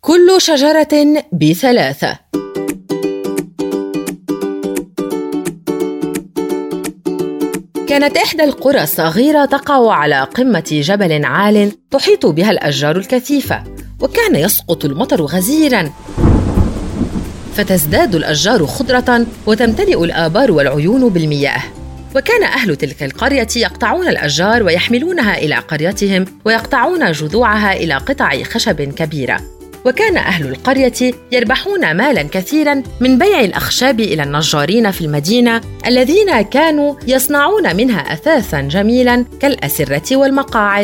كل شجرة بثلاثة. كانت إحدى القرى الصغيرة تقع على قمة جبل عال تحيط بها الأشجار الكثيفة، وكان يسقط المطر غزيراً، فتزداد الأشجار خضرة وتمتلئ الآبار والعيون بالمياه. وكان أهل تلك القرية يقطعون الأشجار ويحملونها إلى قريتهم ويقطعون جذوعها إلى قطع خشب كبيرة. وكان أهل القرية يربحون مالاً كثيراً من بيع الأخشاب إلى النجارين في المدينة الذين كانوا يصنعون منها أثاثاً جميلاً كالأسرة والمقاعد.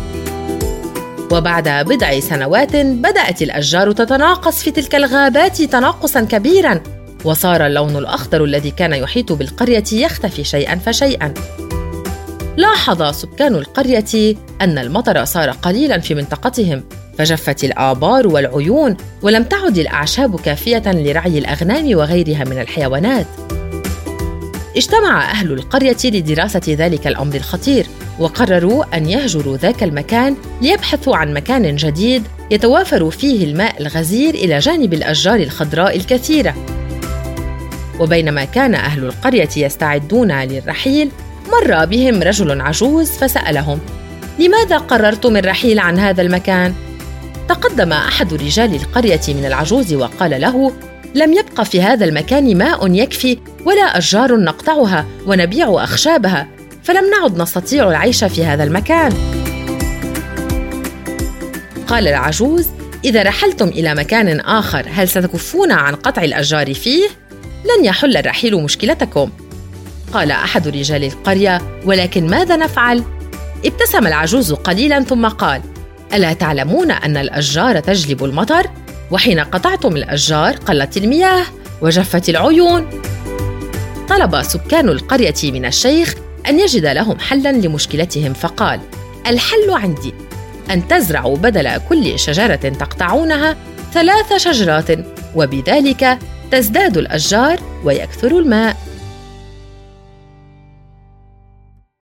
وبعد بضع سنوات بدأت الأشجار تتناقص في تلك الغابات تناقصاً كبيراً، وصار اللون الأخضر الذي كان يحيط بالقرية يختفي شيئاً فشيئاً. لاحظ سكان القرية أن المطر صار قليلاً في منطقتهم، فجفت الآبار والعيون، ولم تعد الأعشاب كافية لرعي الأغنام وغيرها من الحيوانات. اجتمع أهل القرية لدراسة ذلك الأمر الخطير، وقرروا أن يهجروا ذاك المكان ليبحثوا عن مكان جديد يتوافر فيه الماء الغزير إلى جانب الأشجار الخضراء الكثيرة. وبينما كان أهل القرية يستعدون للرحيل، مر بهم رجل عجوز فسألهم: لماذا قررتم الرحيل عن هذا المكان؟ تقدم أحد رجال القرية من العجوز وقال له: لم يبق في هذا المكان ماء يكفي ولا أشجار نقطعها ونبيع أخشابها، فلم نعد نستطيع العيش في هذا المكان. قال العجوز: إذا رحلتم إلى مكان آخر هل ستكفون عن قطع الأشجار فيه؟ لن يحل الرحيل مشكلتكم. قال أحد رجال القرية: ولكن ماذا نفعل؟ ابتسم العجوز قليلاً ثم قال: ألا تعلمون أن الأشجار تجلب المطر؟ وحين قطعتم الأشجار قلت المياه وجفت العيون. طلب سكان القرية من الشيخ أن يجد لهم حلاً لمشكلتهم، فقال: الحل عندي، أن تزرعوا بدل كل شجرة تقطعونها 3 شجرات، وبذلك تزداد الأشجار ويكثر الماء.